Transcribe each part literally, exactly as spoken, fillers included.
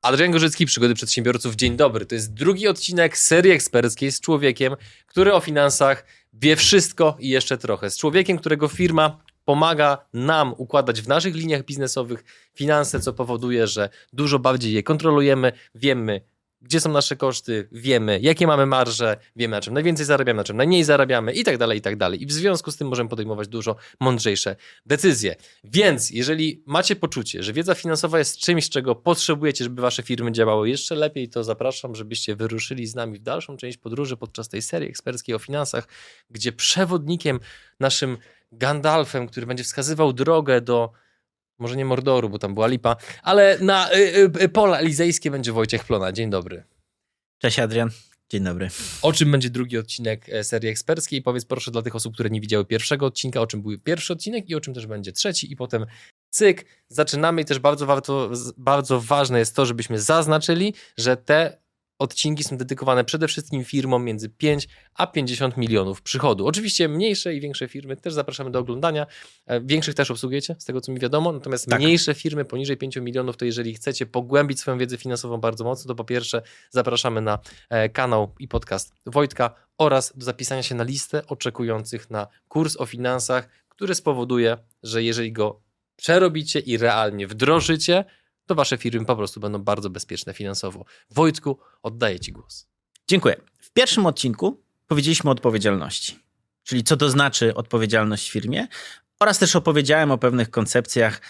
Adrian Gorzycki, Przygody Przedsiębiorców. Dzień dobry. To jest drugi odcinek serii eksperckiej z człowiekiem, który o finansach wie wszystko i jeszcze trochę. Z człowiekiem, którego firma pomaga nam układać w naszych liniach biznesowych finanse, co powoduje, że dużo bardziej je kontrolujemy, wiemy, gdzie są nasze koszty, wiemy, jakie mamy marże, wiemy, na czym najwięcej zarabiamy, na czym najmniej zarabiamy i tak dalej, i tak dalej. I w związku z tym możemy podejmować dużo mądrzejsze decyzje. Więc jeżeli macie poczucie, że wiedza finansowa jest czymś, czego potrzebujecie, żeby wasze firmy działały jeszcze lepiej, to zapraszam, żebyście wyruszyli z nami w dalszą część podróży podczas tej serii eksperckiej o finansach, gdzie przewodnikiem, naszym Gandalfem, który będzie wskazywał drogę do może nie Mordoru, bo tam była lipa, ale na y, y, pola elizejskie będzie Wojciech Plona. Dzień dobry. Cześć Adrian. Dzień dobry. O czym będzie drugi odcinek serii eksperckiej? Powiedz proszę dla tych osób, które nie widziały pierwszego odcinka, o czym był pierwszy odcinek i o czym też będzie trzeci i potem cyk. Zaczynamy i też bardzo, bardzo, bardzo ważne jest to, żebyśmy zaznaczyli, że te odcinki są dedykowane przede wszystkim firmom między pięć a pięćdziesiąt milionów przychodu. Oczywiście mniejsze i większe firmy też zapraszamy do oglądania. Większych też obsługujecie, z tego co mi wiadomo. Natomiast tak. Mniejsze firmy poniżej pięciu milionów, to jeżeli chcecie pogłębić swoją wiedzę finansową bardzo mocno, to po pierwsze zapraszamy na kanał i podcast Wojtka oraz do zapisania się na listę oczekujących na kurs o finansach, który spowoduje, że jeżeli go przerobicie i realnie wdrożycie, to wasze firmy po prostu będą bardzo bezpieczne finansowo. Wojtku, oddaję ci głos. Dziękuję. W pierwszym odcinku powiedzieliśmy o odpowiedzialności, czyli co to znaczy odpowiedzialność w firmie oraz też opowiedziałem o pewnych koncepcjach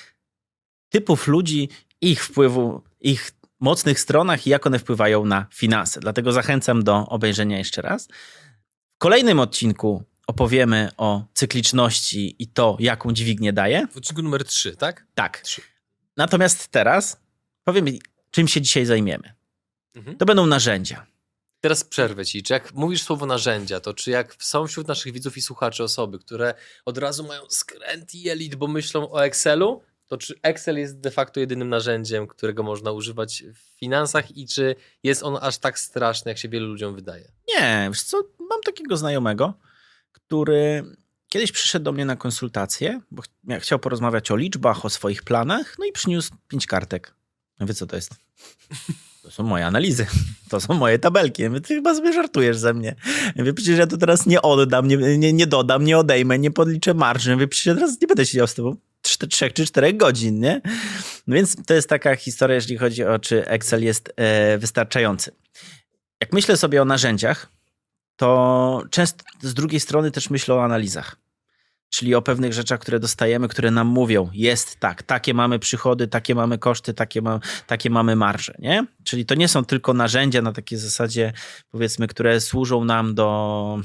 typów ludzi, ich wpływu, ich mocnych stronach i jak one wpływają na finanse. Dlatego zachęcam do obejrzenia jeszcze raz. W kolejnym odcinku opowiemy o cykliczności i to, jaką dźwignię daje. W odcinku numer trzy, tak? Tak. trzy. Natomiast teraz powiem, czym się dzisiaj zajmiemy. Mhm. To będą narzędzia. Teraz przerwę ci. Czy jak mówisz słowo narzędzia, to czy jak są wśród naszych widzów i słuchaczy osoby, które od razu mają skręt i jelit, bo myślą o Excelu, to czy Excel jest de facto jedynym narzędziem, którego można używać w finansach i czy jest on aż tak straszny, jak się wielu ludziom wydaje? Nie, wiesz co, mam takiego znajomego, który kiedyś przyszedł do mnie na konsultację, bo ch- chciał porozmawiać o liczbach, o swoich planach, no i przyniósł pięć kartek. Ja mówię, co to jest? To są moje analizy, to są moje tabelki. Ja mówię, ty chyba sobie żartujesz ze mnie. Ja mówię, przecież ja to teraz nie oddam, nie, nie, nie dodam, nie odejmę, nie podliczę marży. Ja mówię, przecież ja teraz nie będę siedział z tobą trzech czy czterech godzin, nie? No więc to jest taka historia, jeżeli chodzi o czy Excel jest e, wystarczający. Jak myślę sobie o narzędziach, to często z drugiej strony też myślę o analizach. Czyli o pewnych rzeczach, które dostajemy, które nam mówią, jest tak, takie mamy przychody, takie mamy koszty, takie, ma, takie mamy marże, nie? Czyli to nie są tylko narzędzia na takiej zasadzie, powiedzmy, które służą nam do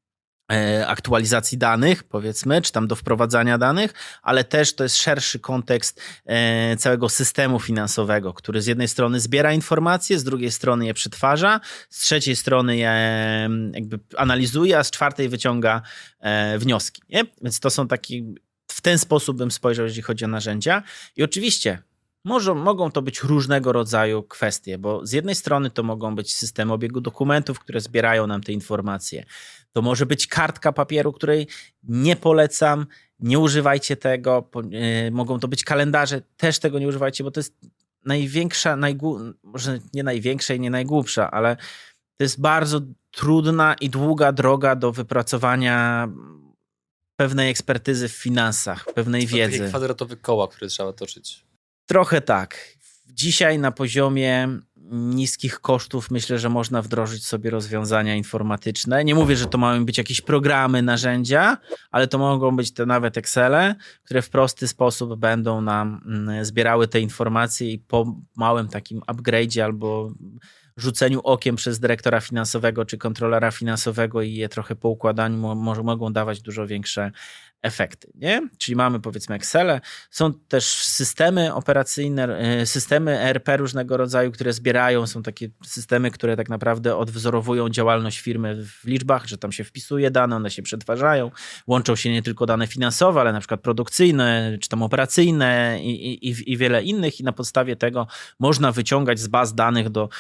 e, aktualizacji danych, powiedzmy, czy tam do wprowadzania danych, ale też to jest szerszy kontekst e, całego systemu finansowego, który z jednej strony zbiera informacje, z drugiej strony je przetwarza, z trzeciej strony je jakby analizuje, a z czwartej wyciąga e, wnioski. Nie? Więc to są takie, w ten sposób bym spojrzał, jeżeli chodzi o narzędzia. I oczywiście Może, mogą to być różnego rodzaju kwestie, bo z jednej strony to mogą być systemy obiegu dokumentów, które zbierają nam te informacje. To może być kartka papieru, której nie polecam, nie używajcie tego. Yy, mogą to być kalendarze, też tego nie używajcie, bo to jest największa, najgłu- może nie największa i nie najgłupsza, ale to jest bardzo trudna i długa droga do wypracowania pewnej ekspertyzy w finansach, pewnej to wiedzy. Takie kwadratowe koła, które trzeba toczyć. Trochę tak. Dzisiaj na poziomie niskich kosztów myślę, że można wdrożyć sobie rozwiązania informatyczne. Nie mówię, że to mają być jakieś programy, narzędzia, ale to mogą być te nawet Excele, które w prosty sposób będą nam zbierały te informacje i po małym takim upgrade'zie albo rzuceniu okiem przez dyrektora finansowego czy kontrolera finansowego i je trochę po układaniu może mogą dawać dużo większe efekty, nie? Czyli mamy powiedzmy Excele, są też systemy operacyjne, systemy E R P różnego rodzaju, które zbierają, są takie systemy, które tak naprawdę odwzorowują działalność firmy w liczbach, że tam się wpisuje dane, one się przetwarzają, łączą się nie tylko dane finansowe, ale na przykład produkcyjne, czy tam operacyjne i, i, i wiele innych i na podstawie tego można wyciągać z baz danych do różnego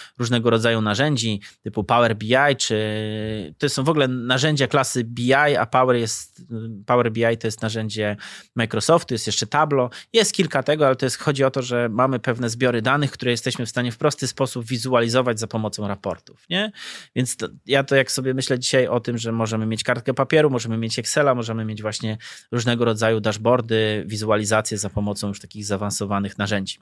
różnego rodzaju narzędzi typu Power B I, czy to są w ogóle narzędzia klasy B I, a Power, jest, Power B I to jest narzędzie Microsoftu, jest jeszcze Tableau, jest kilka tego, ale to jest, chodzi o to, że mamy pewne zbiory danych, które jesteśmy w stanie w prosty sposób wizualizować za pomocą raportów, nie? Więc to, ja to jak sobie myślę dzisiaj o tym, że możemy mieć kartkę papieru, możemy mieć Excela, możemy mieć właśnie różnego rodzaju dashboardy, wizualizacje za pomocą już takich zaawansowanych narzędzi.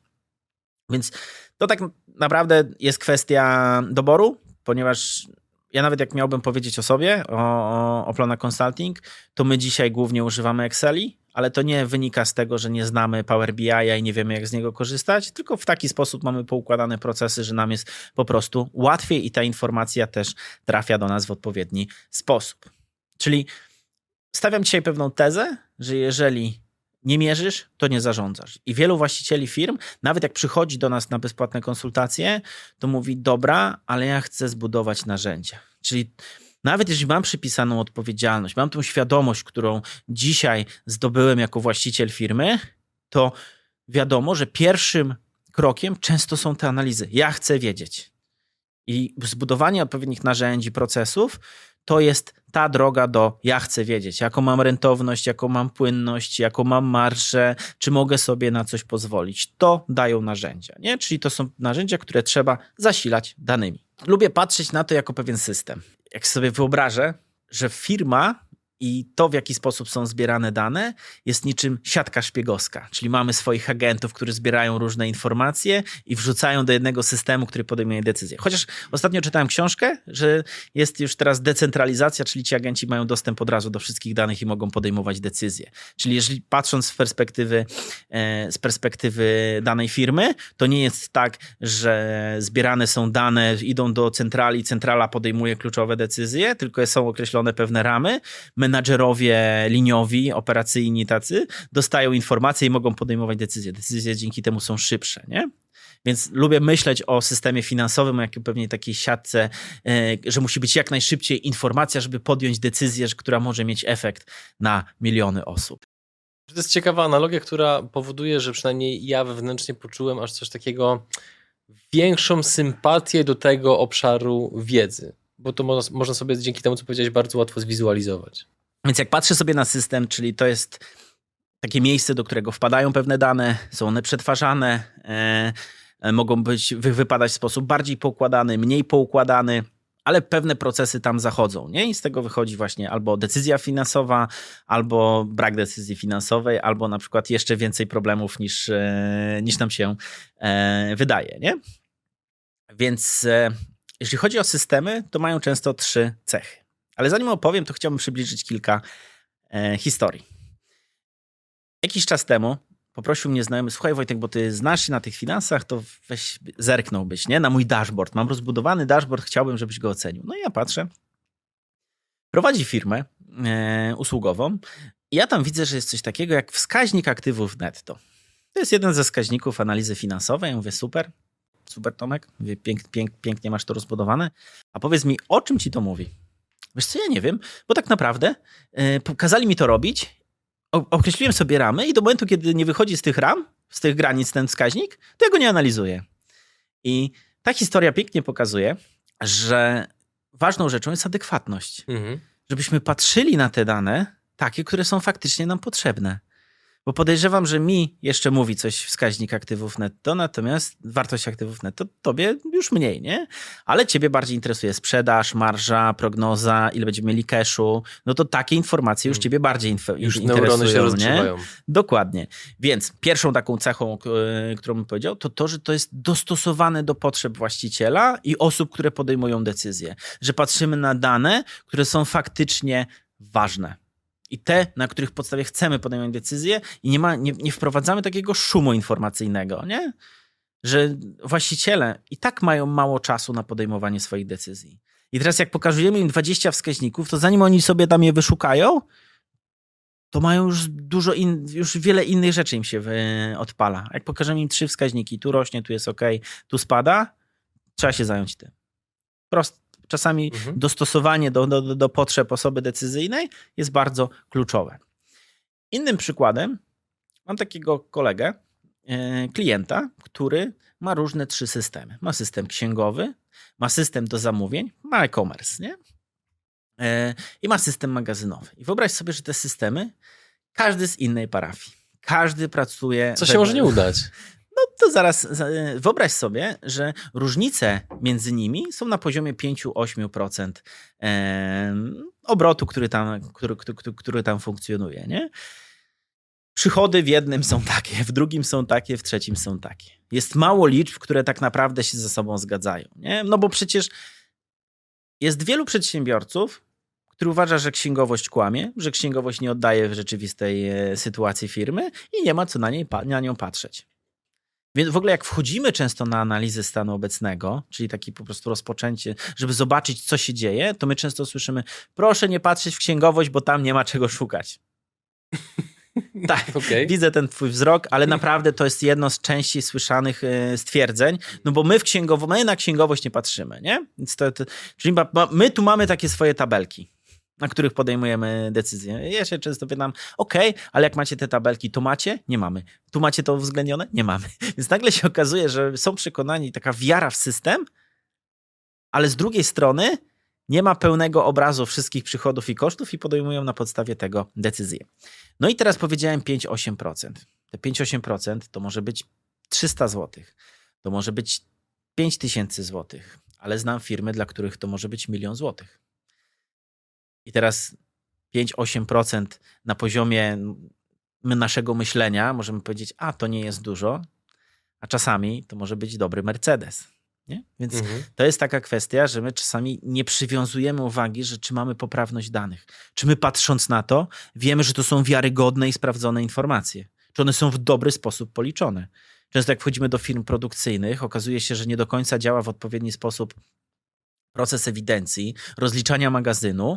Więc to tak naprawdę jest kwestia doboru, ponieważ ja nawet jak miałbym powiedzieć o sobie, o, o, o Plona Consulting, to my dzisiaj głównie używamy Exceli, ale to nie wynika z tego, że nie znamy Power B I i nie wiemy, jak z niego korzystać, tylko w taki sposób mamy poukładane procesy, że nam jest po prostu łatwiej i ta informacja też trafia do nas w odpowiedni sposób. Czyli stawiam dzisiaj pewną tezę, że jeżeli nie mierzysz, to nie zarządzasz. I wielu właścicieli firm, nawet jak przychodzi do nas na bezpłatne konsultacje, to mówi, dobra, ale ja chcę zbudować narzędzia. Czyli nawet jeśli mam przypisaną odpowiedzialność, mam tą świadomość, którą dzisiaj zdobyłem jako właściciel firmy, to wiadomo, że pierwszym krokiem często są te analizy. Ja chcę wiedzieć. I zbudowanie odpowiednich narzędzi, procesów, to jest ta droga do ja chcę wiedzieć, jaką mam rentowność, jaką mam płynność, jaką mam marżę, czy mogę sobie na coś pozwolić. To dają narzędzia, nie? Czyli to są narzędzia, które trzeba zasilać danymi. Lubię patrzeć na to jako pewien system. Jak sobie wyobrażę, że firma i to, w jaki sposób są zbierane dane, jest niczym siatka szpiegowska. Czyli mamy swoich agentów, którzy zbierają różne informacje i wrzucają do jednego systemu, który podejmuje decyzje. Chociaż ostatnio czytałem książkę, że jest już teraz decentralizacja, czyli ci agenci mają dostęp od razu do wszystkich danych i mogą podejmować decyzje. Czyli jeżeli patrząc z perspektywy, z perspektywy danej firmy, to nie jest tak, że zbierane są dane, idą do centrali, centrala podejmuje kluczowe decyzje, tylko są określone pewne ramy. Menadżerowie liniowi, operacyjni tacy, dostają informacje i mogą podejmować decyzje. Decyzje dzięki temu są szybsze, nie? Więc lubię myśleć o systemie finansowym, jak pewnie takiej siatce, że musi być jak najszybciej informacja, żeby podjąć decyzję, która może mieć efekt na miliony osób. To jest ciekawa analogia, która powoduje, że przynajmniej ja wewnętrznie poczułem aż coś takiego, większą sympatię do tego obszaru wiedzy. Bo to można, można sobie dzięki temu, co powiedziałeś, bardzo łatwo zwizualizować. Więc jak patrzę sobie na system, czyli to jest takie miejsce, do którego wpadają pewne dane, są one przetwarzane, e, mogą być, wy, wypadać w sposób bardziej poukładany, mniej poukładany, ale pewne procesy tam zachodzą, nie? I z tego wychodzi właśnie albo decyzja finansowa, albo brak decyzji finansowej, albo na przykład jeszcze więcej problemów niż, e, niż nam się e, wydaje, nie? Więc e, jeśli chodzi o systemy, to mają często trzy cechy. Ale zanim opowiem, to chciałbym przybliżyć kilka e, historii. Jakiś czas temu poprosił mnie znajomy, słuchaj Wojtek, bo ty znasz się na tych finansach, to weź zerknąłbyś, nie? Na mój dashboard. Mam rozbudowany dashboard, chciałbym, żebyś go ocenił. No i ja patrzę. Prowadzi firmę e, usługową i ja tam widzę, że jest coś takiego jak wskaźnik aktywów netto. To jest jeden ze wskaźników analizy finansowej. Ja mówię, super. Super, Tomek, pięk, pięk, pięknie masz to rozbudowane. A powiedz mi, o czym ci to mówi? Wiesz co, ja nie wiem, bo tak naprawdę yy, kazali mi to robić, o, określiłem sobie ramy i do momentu, kiedy nie wychodzi z tych ram, z tych granic ten wskaźnik, to ja go nie analizuję. I ta historia pięknie pokazuje, że ważną rzeczą jest adekwatność. Mhm. Żebyśmy patrzyli na te dane, takie, które są faktycznie nam potrzebne. Bo podejrzewam, że mi jeszcze mówi coś wskaźnik aktywów netto, natomiast wartość aktywów netto tobie już mniej, nie? Ale ciebie bardziej interesuje sprzedaż, marża, prognoza, ile będziemy mieli cashu. No to takie informacje już ciebie bardziej inf- już interesują, neurony się nie? rozgrzewają. Dokładnie. Więc pierwszą taką cechą, którą bym powiedział, to to, że to jest dostosowane do potrzeb właściciela i osób, które podejmują decyzje. Że patrzymy na dane, które są faktycznie ważne. I te, na których podstawie chcemy podejmować decyzje i nie, ma, nie, nie wprowadzamy takiego szumu informacyjnego, nie? Że właściciele i tak mają mało czasu na podejmowanie swoich decyzji. I teraz jak pokazujemy im dwadzieścia wskaźników, to zanim oni sobie tam je wyszukają, to mają już dużo, in, już wiele innych rzeczy im się odpala. Jak pokażemy im trzy wskaźniki, tu rośnie, tu jest ok, tu spada, trzeba się zająć tym. Prosto. Czasami mhm. dostosowanie do, do, do potrzeb osoby decyzyjnej jest bardzo kluczowe. Innym przykładem mam takiego kolegę, e, klienta, który ma różne trzy systemy. Ma system księgowy, ma system do zamówień, ma e-commerce, nie? I ma system magazynowy. I wyobraź sobie, że te systemy, każdy z innej parafii. Każdy pracuje... Co się może nie udać? No to zaraz wyobraź sobie, że różnice między nimi są na poziomie pięć do ośmiu procent obrotu, który tam, który, który, który tam funkcjonuje, nie? Przychody w jednym są takie, w drugim są takie, w trzecim są takie. Jest mało liczb, które tak naprawdę się ze sobą zgadzają, nie? No bo przecież jest wielu przedsiębiorców, który uważa, że księgowość kłamie, że księgowość nie oddaje w rzeczywistej sytuacji firmy i nie ma co na, niej, na nią patrzeć. Więc w ogóle jak wchodzimy często na analizę stanu obecnego, czyli takie po prostu rozpoczęcie, żeby zobaczyć, co się dzieje, to my często słyszymy, proszę nie patrzeć w księgowość, bo tam nie ma czego szukać. Tak, okay. Widzę ten twój wzrok, ale naprawdę to jest jedno z częściej słyszanych stwierdzeń, no bo my w księgowo, my na księgowość nie patrzymy, nie? Więc to, to, czyli my tu mamy takie swoje tabelki, na których podejmujemy decyzje. Ja się często pytam, okej, okay, ale jak macie te tabelki, to macie? Nie mamy. Tu macie to uwzględnione? Nie mamy. Więc nagle się okazuje, że są przekonani, taka wiara w system, ale z drugiej strony nie ma pełnego obrazu wszystkich przychodów i kosztów i podejmują na podstawie tego decyzje. No i teraz powiedziałem pięć do ośmiu procent. Te pięć do ośmiu procent to może być trzysta złotych, to może być pięć tysięcy złotych, ale znam firmy, dla których to może być milion złotych. I teraz pięć do ośmiu procent na poziomie naszego myślenia możemy powiedzieć, a to nie jest dużo, a czasami to może być dobry Mercedes. Nie? Więc mhm. to jest taka kwestia, że my czasami nie przywiązujemy uwagi, że czy mamy poprawność danych. Czy my patrząc na to wiemy, że to są wiarygodne i sprawdzone informacje. Czy one są w dobry sposób policzone. Często jak wchodzimy do firm produkcyjnych, okazuje się, że nie do końca działa w odpowiedni sposób proces ewidencji, rozliczania magazynu,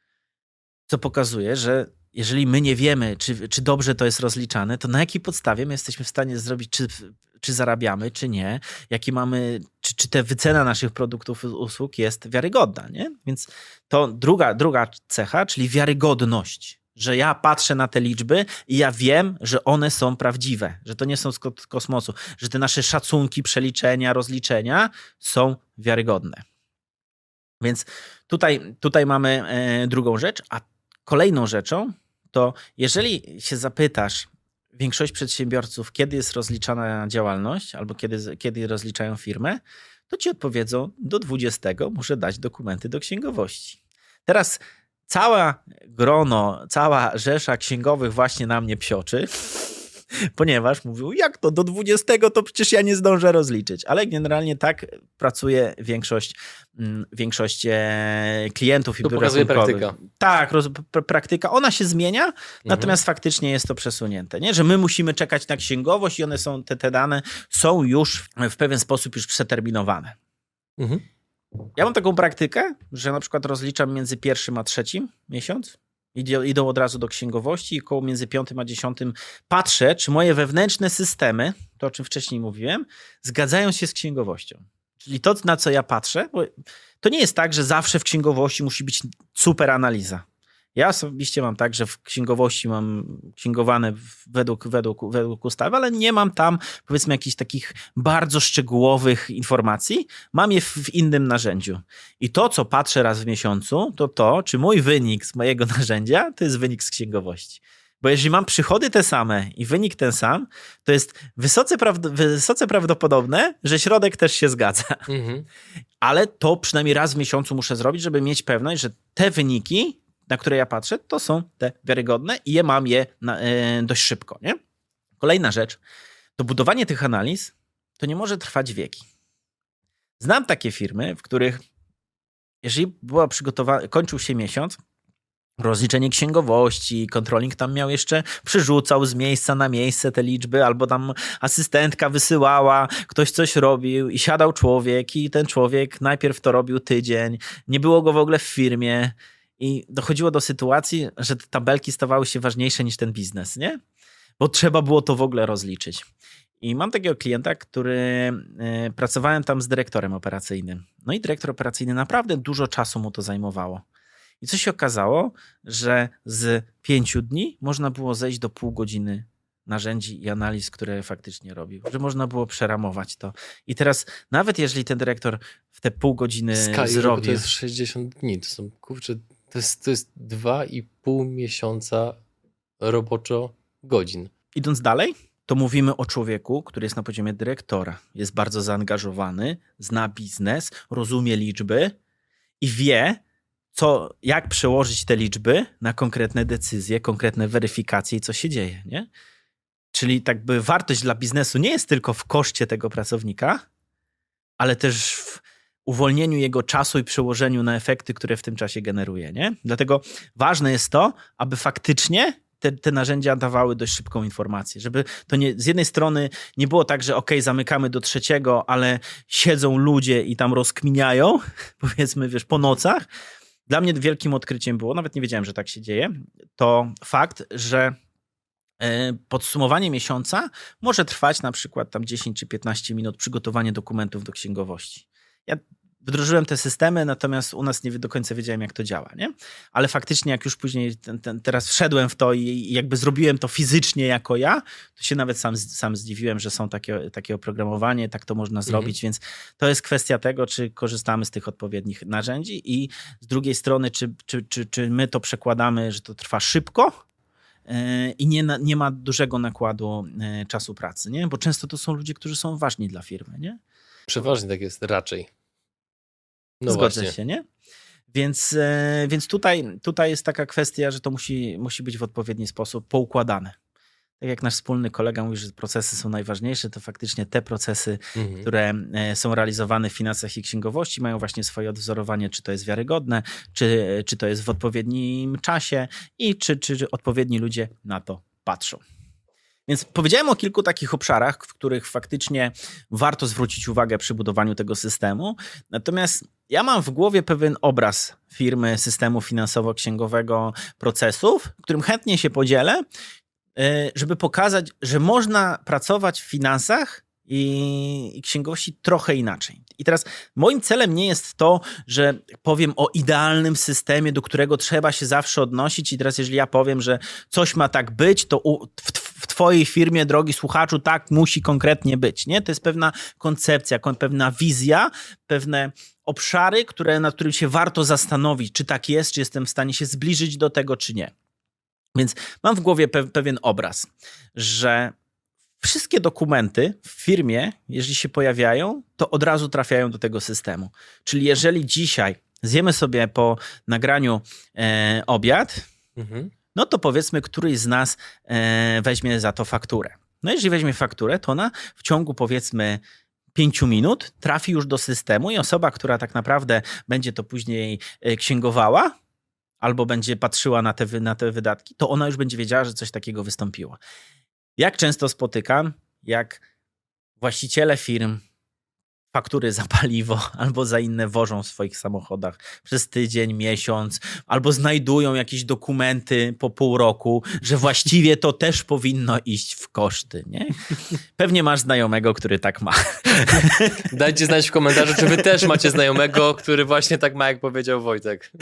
co pokazuje, że jeżeli my nie wiemy, czy, czy dobrze to jest rozliczane, to na jakiej podstawie my jesteśmy w stanie zrobić, czy, czy zarabiamy, czy nie, jakie mamy, czy, czy ta wycena naszych produktów i usług jest wiarygodna, nie? Więc to druga, druga cecha, czyli wiarygodność, że ja patrzę na te liczby i ja wiem, że one są prawdziwe, że to nie są z kosmosu, że te nasze szacunki, przeliczenia, rozliczenia są wiarygodne. Więc tutaj, tutaj mamy e, drugą rzecz, a kolejną rzeczą to jeżeli się zapytasz większość przedsiębiorców, kiedy jest rozliczana działalność albo kiedy, kiedy rozliczają firmę, to ci odpowiedzą, do dwudziestego muszę dać dokumenty do księgowości. Teraz cała grono, cała rzesza księgowych właśnie na mnie psioczy, ponieważ mówił, jak to do dwudziestego to przecież ja nie zdążę rozliczyć. Ale generalnie tak pracuje większość, większość klientów i biur pokazuje rachunkowych. praktyka. Tak, roz, praktyka. Ona się zmienia, mhm. natomiast faktycznie jest to przesunięte. Nie? Że my musimy czekać na księgowość i one są, te, te dane są już w pewien sposób już przeterminowane. Mhm. Ja mam taką praktykę, że na przykład rozliczam między pierwszym a trzecim miesiąc. Idą, idą od razu do księgowości i koło między piątym a dziesiątym patrzę, czy moje wewnętrzne systemy, to o czym wcześniej mówiłem, zgadzają się z księgowością. Czyli to, na co ja patrzę, bo to nie jest tak, że zawsze w księgowości musi być super analiza. Ja osobiście mam tak, że w księgowości mam księgowane według, według, według ustawy, ale nie mam tam powiedzmy jakichś takich bardzo szczegółowych informacji. Mam je w, w innym narzędziu. I to, co patrzę raz w miesiącu, to to, czy mój wynik z mojego narzędzia to jest wynik z księgowości. Bo jeżeli mam przychody te same i wynik ten sam, to jest wysoce, prawd- wysoce prawdopodobne, że środek też się zgadza. Mhm. Ale to przynajmniej raz w miesiącu muszę zrobić, żeby mieć pewność, że te wyniki, na które ja patrzę, to są te wiarygodne i je mam je na, e, dość szybko. Nie? Kolejna rzecz, to budowanie tych analiz to nie może trwać wieki. Znam takie firmy, w których jeżeli była przygotowana, kończył się miesiąc, rozliczenie księgowości, controlling tam miał jeszcze, przerzucał z miejsca na miejsce te liczby, albo tam asystentka wysyłała, ktoś coś robił i siadał człowiek i ten człowiek najpierw to robił tydzień, nie było go w ogóle w firmie i dochodziło do sytuacji, że te tabelki stawały się ważniejsze niż ten biznes, nie? Bo trzeba było to w ogóle rozliczyć. I mam takiego klienta, który y, pracowałem tam z dyrektorem operacyjnym. No i dyrektor operacyjny naprawdę dużo czasu mu to zajmowało. I co się okazało, że z pięciu dni można było zejść do pół godziny narzędzi i analiz, które faktycznie robił, że można było przeramować to. I teraz nawet jeżeli ten dyrektor w te pół godziny Sky, zrobił... to jest sześćdziesiąt dni, to są, kurczę, to jest, to jest dwa i pół miesiąca roboczo godzin. Idąc dalej, to mówimy o człowieku, który jest na poziomie dyrektora. Jest bardzo zaangażowany, zna biznes, rozumie liczby i wie, co, jak przełożyć te liczby na konkretne decyzje, konkretne weryfikacje i co się dzieje, nie? Czyli tak by wartość dla biznesu nie jest tylko w koszcie tego pracownika, ale też w uwolnieniu jego czasu i przełożeniu na efekty, które w tym czasie generuje, nie? Dlatego ważne jest to, aby faktycznie te, te narzędzia dawały dość szybką informację, żeby to nie, z jednej strony nie było tak, że okej, zamykamy do trzeciego, ale siedzą ludzie i tam rozkminiają, powiedzmy, wiesz, po nocach. Dla mnie wielkim odkryciem było, nawet nie wiedziałem, że tak się dzieje, to fakt, że podsumowanie miesiąca może trwać na przykład tam dziesięć czy piętnaście minut przygotowanie dokumentów do księgowości. Ja wdrożyłem te systemy, natomiast u nas nie do końca wiedziałem, jak to działa, nie? Ale faktycznie jak już później ten, ten, teraz wszedłem w to i jakby zrobiłem to fizycznie jako ja, to się nawet sam, sam zdziwiłem, że są takie, takie oprogramowanie, tak to można zrobić, mhm. Więc to jest kwestia tego, czy korzystamy z tych odpowiednich narzędzi i z drugiej strony, czy, czy, czy, czy my to przekładamy, że to trwa szybko, i nie, nie ma dużego nakładu czasu pracy, nie? Bo często to są ludzie, którzy są ważni dla firmy, nie? Przeważnie tak jest, raczej. No Zgodzę właśnie. się, nie? Więc, więc tutaj, tutaj jest taka kwestia, że to musi, musi być w odpowiedni sposób poukładane. Tak jak nasz wspólny kolega mówi, że procesy są najważniejsze, to faktycznie te procesy, mhm. które są realizowane w finansach i księgowości, mają właśnie swoje odwzorowanie, czy to jest wiarygodne, czy, czy to jest w odpowiednim czasie i czy, czy odpowiedni ludzie na to patrzą. Więc powiedziałem o kilku takich obszarach, w których faktycznie warto zwrócić uwagę przy budowaniu tego systemu. Natomiast ja mam w głowie pewien obraz firmy, systemu finansowo-księgowego, procesów, którym chętnie się podzielę, żeby pokazać, że można pracować w finansach i, i księgowości trochę inaczej. I teraz moim celem nie jest to, że powiem o idealnym systemie, do którego trzeba się zawsze odnosić i teraz jeżeli ja powiem, że coś ma tak być, to u, w, w twojej firmie, drogi słuchaczu, tak musi konkretnie być. Nie? To jest pewna koncepcja, pewna wizja, pewne obszary, które, nad którymi się warto zastanowić, czy tak jest, czy jestem w stanie się zbliżyć do tego, czy nie. Więc mam w głowie pe- pewien obraz, że wszystkie dokumenty w firmie, jeżeli się pojawiają, to od razu trafiają do tego systemu. Czyli jeżeli dzisiaj zjemy sobie po nagraniu e, obiad, mhm. no to powiedzmy, któryś z nas e, weźmie za to fakturę. No jeżeli weźmie fakturę, to ona w ciągu powiedzmy pięciu minut trafi już do systemu i osoba, która tak naprawdę będzie to później e, księgowała, albo będzie patrzyła na te, na te wydatki, to ona już będzie wiedziała, że coś takiego wystąpiło. Jak często spotykam, jak właściciele firm faktury za paliwo albo za inne wożą w swoich samochodach przez tydzień, miesiąc, albo znajdują jakieś dokumenty po pół roku, że właściwie to też powinno iść w koszty, nie? Pewnie masz znajomego, który tak ma. Dajcie znać w komentarzu, czy wy też macie znajomego, który właśnie tak ma, jak powiedział Wojtek.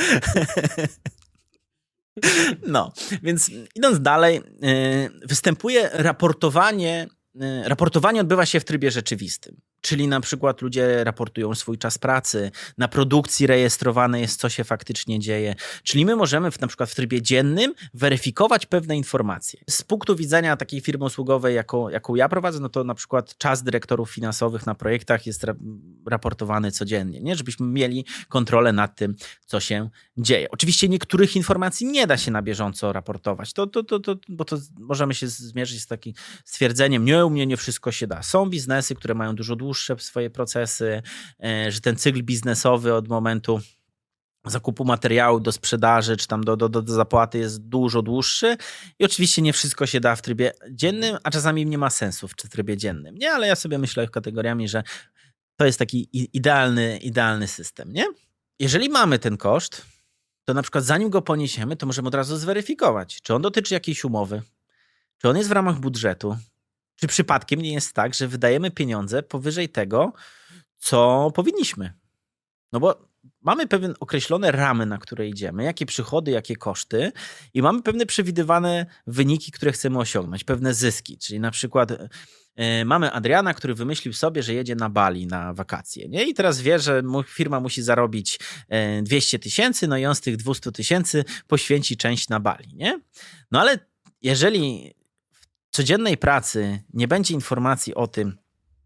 No, więc idąc dalej, występuje raportowanie. Raportowanie odbywa się w trybie rzeczywistym, czyli na przykład ludzie raportują swój czas pracy, na produkcji rejestrowane jest, co się faktycznie dzieje, czyli my możemy w, na przykład w trybie dziennym weryfikować pewne informacje. Z punktu widzenia takiej firmy usługowej, jaką, jaką ja prowadzę, no to na przykład czas dyrektorów finansowych na projektach jest ra- raportowany codziennie, nie? Żebyśmy mieli kontrolę nad tym, co się dzieje. Oczywiście niektórych informacji nie da się na bieżąco raportować, to, to, to, to, bo to możemy się zmierzyć z takim stwierdzeniem, nie, u mnie nie wszystko się da. Są biznesy, które mają dużo dłuższe swoje procesy, że ten cykl biznesowy od momentu zakupu materiału do sprzedaży, czy tam do, do, do zapłaty jest dużo dłuższy i oczywiście nie wszystko się da w trybie dziennym, a czasami nie ma sensu w trybie dziennym, nie? Ale ja sobie myślę kategoriami, że to jest taki idealny, idealny system, nie? Jeżeli mamy ten koszt, to na przykład zanim go poniesiemy, to możemy od razu zweryfikować, czy on dotyczy jakiejś umowy, czy on jest w ramach budżetu, czy przypadkiem nie jest tak, że wydajemy pieniądze powyżej tego, co powinniśmy. No bo mamy pewne określone ramy, na które idziemy, jakie przychody, jakie koszty i mamy pewne przewidywane wyniki, które chcemy osiągnąć, pewne zyski, czyli na przykład yy, mamy Adriana, który wymyślił sobie, że jedzie na Bali na wakacje, nie? I teraz wie, że mu firma musi zarobić yy, dwieście tysięcy, no i on z tych dwieście tysięcy poświęci część na Bali, nie? No ale jeżeli w codziennej pracy nie będzie informacji o tym,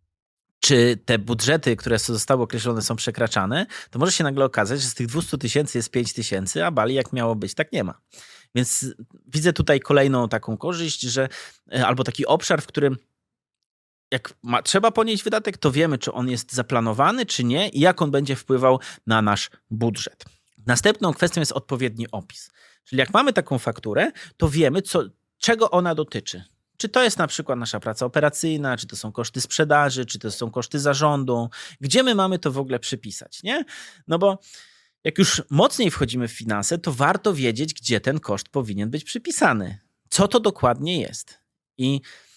czy te budżety, które zostały określone, są przekraczane, to może się nagle okazać, że z tych dwieście tysięcy jest pięć tysięcy, a Bali jak miało być, tak nie ma. Więc widzę tutaj kolejną taką korzyść, że albo taki obszar, w którym jak ma, trzeba ponieść wydatek, to wiemy, czy on jest zaplanowany, czy nie i jak on będzie wpływał na nasz budżet. Następną kwestią jest odpowiedni opis. Czyli jak mamy taką fakturę, to wiemy, co, czego ona dotyczy. Czy to jest na przykład nasza praca operacyjna, czy to są koszty sprzedaży, czy to są koszty zarządu, gdzie my mamy to w ogóle przypisać, nie? No bo jak już mocniej wchodzimy w finanse, to warto wiedzieć, gdzie ten koszt powinien być przypisany. Co to dokładnie jest. I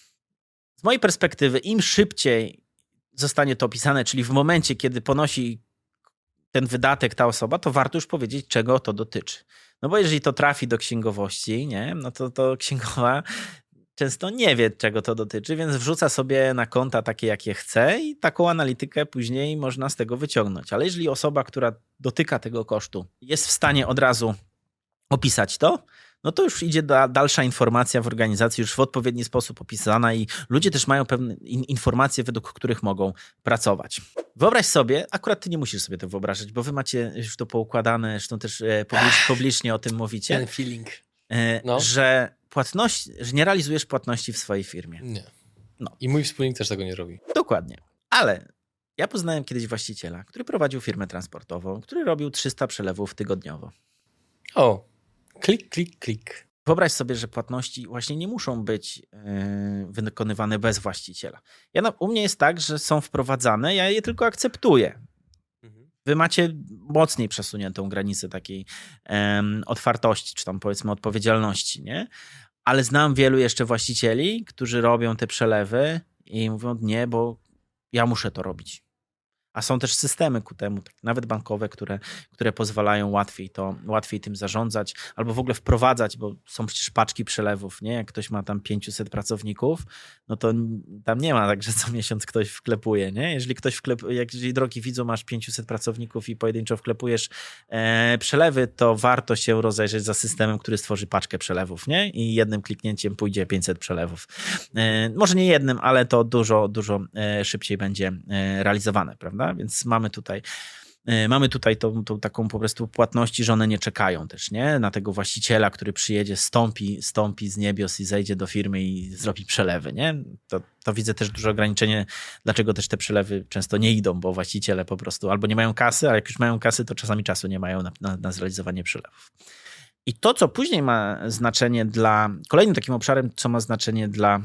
z mojej perspektywy, im szybciej zostanie to opisane, czyli w momencie, kiedy ponosi ten wydatek ta osoba, to warto już powiedzieć, czego to dotyczy. No bo jeżeli to trafi do księgowości, nie? No to, to księgowa często nie wie, czego to dotyczy, więc wrzuca sobie na konta takie, jakie chce i taką analitykę później można z tego wyciągnąć. Ale jeżeli osoba, która dotyka tego kosztu, jest w stanie od razu opisać to, no to już idzie da, dalsza informacja w organizacji, już w odpowiedni sposób opisana i ludzie też mają pewne in, informacje, według których mogą pracować. Wyobraź sobie, akurat ty nie musisz sobie to wyobrażać, bo wy macie już to poukładane, zresztą też e, publicz, publicznie o tym mówicie. Ten feeling. E, no. Że płatności, że nie realizujesz płatności w swojej firmie. Nie. No. I mój wspólnik też tego nie robi. Dokładnie. Ale ja poznałem kiedyś właściciela, który prowadził firmę transportową, który robił trzysta przelewów tygodniowo. O, klik, klik, klik. Wyobraź sobie, że płatności właśnie nie muszą być yy, wykonywane bez właściciela. Ja, no, u mnie jest tak, że są wprowadzane, ja je tylko akceptuję. Wy macie mocniej przesuniętą granicę takiej um, otwartości, czy tam powiedzmy odpowiedzialności, nie? Ale znam wielu jeszcze właścicieli, którzy robią te przelewy i mówią nie, bo ja muszę to robić. A są też systemy ku temu, nawet bankowe, które, które pozwalają łatwiej to, łatwiej tym zarządzać albo w ogóle wprowadzać, bo są przecież paczki przelewów, nie? Jak ktoś ma tam pięćset pracowników, no to tam nie ma tak, że co miesiąc ktoś wklepuje, nie? Jeżeli ktoś wklepuje, jak jeżeli drogi widzu masz pięćset pracowników i pojedynczo wklepujesz e, przelewy, to warto się rozejrzeć za systemem, który stworzy paczkę przelewów, nie? I jednym kliknięciem pójdzie pięćset przelewów. E, może nie jednym, ale to dużo, dużo e, szybciej będzie e, realizowane, prawda? Więc mamy tutaj, mamy tutaj tą, tą taką po prostu płatności, że one nie czekają też, nie? Na tego właściciela, który przyjedzie, stąpi, stąpi z niebios i zejdzie do firmy i zrobi przelewy, nie? To, to widzę też duże ograniczenie, dlaczego też te przelewy często nie idą, bo właściciele po prostu albo nie mają kasy, a jak już mają kasy, to czasami czasu nie mają na, na, na zrealizowanie przelewów. I to, co później ma znaczenie dla, kolejnym takim obszarem, co ma znaczenie dla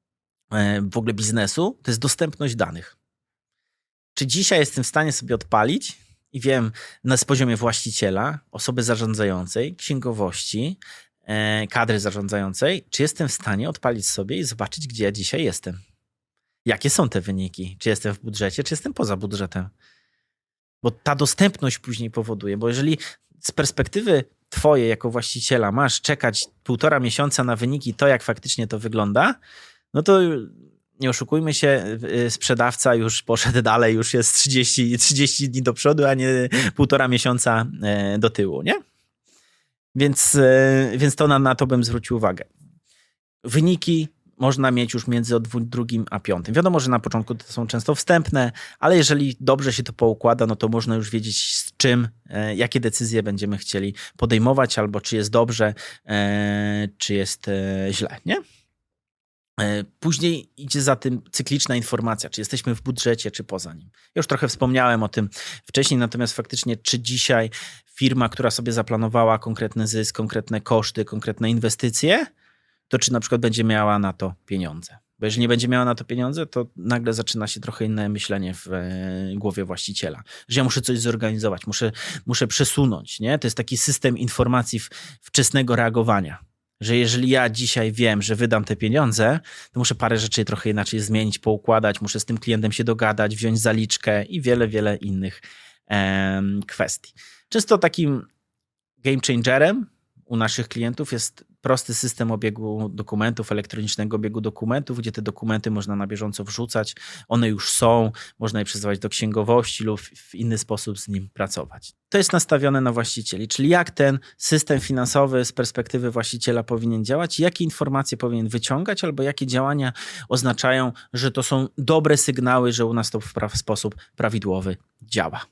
w ogóle biznesu, to jest dostępność danych. Czy dzisiaj jestem w stanie sobie odpalić i wiem na poziomie właściciela, osoby zarządzającej, księgowości, e, kadry zarządzającej, czy jestem w stanie odpalić sobie i zobaczyć, gdzie ja dzisiaj jestem. Jakie są te wyniki? Czy jestem w budżecie, czy jestem poza budżetem? Bo ta dostępność później powoduje, bo jeżeli z perspektywy twojej jako właściciela masz czekać półtora miesiąca na wyniki, to jak faktycznie to wygląda, no to nie oszukujmy się, sprzedawca już poszedł dalej, już jest trzydzieści, trzydzieści dni do przodu, a nie półtora miesiąca do tyłu, nie? Więc, więc to na, na to bym zwrócił uwagę. Wyniki można mieć już między drugim a piątym. Wiadomo, że na początku to są często wstępne, ale jeżeli dobrze się to poukłada, no to można już wiedzieć z czym, jakie decyzje będziemy chcieli podejmować, albo czy jest dobrze, czy jest źle, nie? Później idzie za tym cykliczna informacja, czy jesteśmy w budżecie, czy poza nim. Ja już trochę wspomniałem o tym wcześniej, natomiast faktycznie, czy dzisiaj firma, która sobie zaplanowała konkretny zysk, konkretne koszty, konkretne inwestycje, to czy na przykład będzie miała na to pieniądze. Bo jeżeli nie będzie miała na to pieniądze, to nagle zaczyna się trochę inne myślenie w głowie właściciela. Że ja muszę coś zorganizować, muszę, muszę przesunąć. Nie? To jest taki system informacji wczesnego reagowania. Że jeżeli ja dzisiaj wiem, że wydam te pieniądze, to muszę parę rzeczy trochę inaczej zmienić, poukładać, muszę z tym klientem się dogadać, wziąć zaliczkę i wiele, wiele innych e, kwestii. Często takim game changerem u naszych klientów jest prosty system obiegu dokumentów, elektronicznego obiegu dokumentów, gdzie te dokumenty można na bieżąco wrzucać, one już są, można je przesyłać do księgowości lub w inny sposób z nim pracować. To jest nastawione na właścicieli, czyli jak ten system finansowy z perspektywy właściciela powinien działać, jakie informacje powinien wyciągać, albo jakie działania oznaczają, że to są dobre sygnały, że u nas to w pra- sposób prawidłowy działa.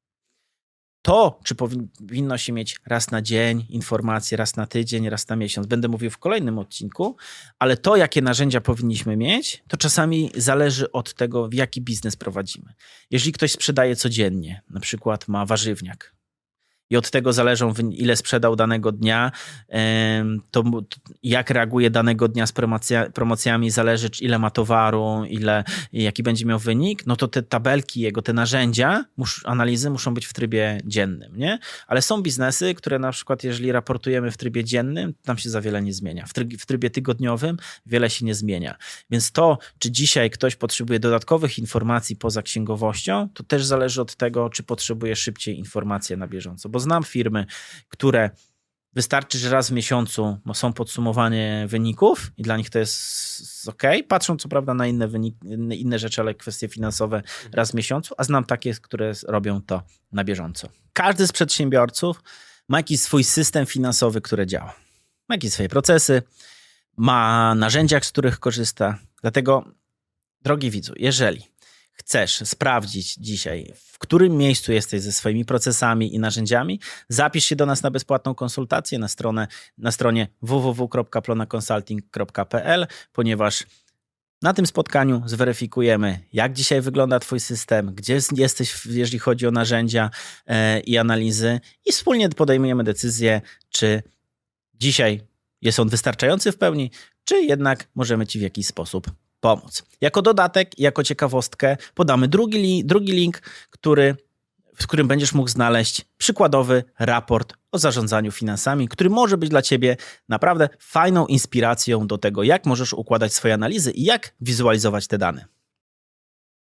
To, czy powinno się mieć raz na dzień informacje, raz na tydzień, raz na miesiąc, będę mówił w kolejnym odcinku, ale to, jakie narzędzia powinniśmy mieć, to czasami zależy od tego, w jaki biznes prowadzimy. Jeżeli ktoś sprzedaje codziennie, na przykład ma warzywniak i od tego zależą, ile sprzedał danego dnia, to jak reaguje danego dnia z promocjami, zależy, ile ma towaru, ile, jaki będzie miał wynik, no to te tabelki jego, te narzędzia, mus, analizy muszą być w trybie dziennym, nie? Ale są biznesy, które na przykład, jeżeli raportujemy w trybie dziennym, tam się za wiele nie zmienia. W trybie, w trybie tygodniowym wiele się nie zmienia. Więc to, czy dzisiaj ktoś potrzebuje dodatkowych informacji poza księgowością, to też zależy od tego, czy potrzebuje szybciej informacje na bieżąco, bo znam firmy, które wystarczy, że raz w miesiącu są podsumowanie wyników i dla nich to jest ok. Patrzą co prawda na inne, wyniki, inne rzeczy, ale kwestie finansowe raz w miesiącu, a znam takie, które robią to na bieżąco. Każdy z przedsiębiorców ma jakiś swój system finansowy, który działa. Ma jakieś swoje procesy, ma narzędzia, z których korzysta. Dlatego, drogi widzu, jeżeli chcesz sprawdzić dzisiaj, w którym miejscu jesteś ze swoimi procesami i narzędziami, zapisz się do nas na bezpłatną konsultację na, stronę, na stronie w w w kropka plona consulting kropka p l, ponieważ na tym spotkaniu zweryfikujemy, jak dzisiaj wygląda twój system, gdzie jesteś, jeżeli chodzi o narzędzia e, i analizy i wspólnie podejmujemy decyzję, czy dzisiaj jest on wystarczający w pełni, czy jednak możemy ci w jakiś sposób pomóc. Jako dodatek, jako ciekawostkę podamy drugi, li, drugi link, który, w którym będziesz mógł znaleźć przykładowy raport o zarządzaniu finansami, który może być dla ciebie naprawdę fajną inspiracją do tego, jak możesz układać swoje analizy i jak wizualizować te dane.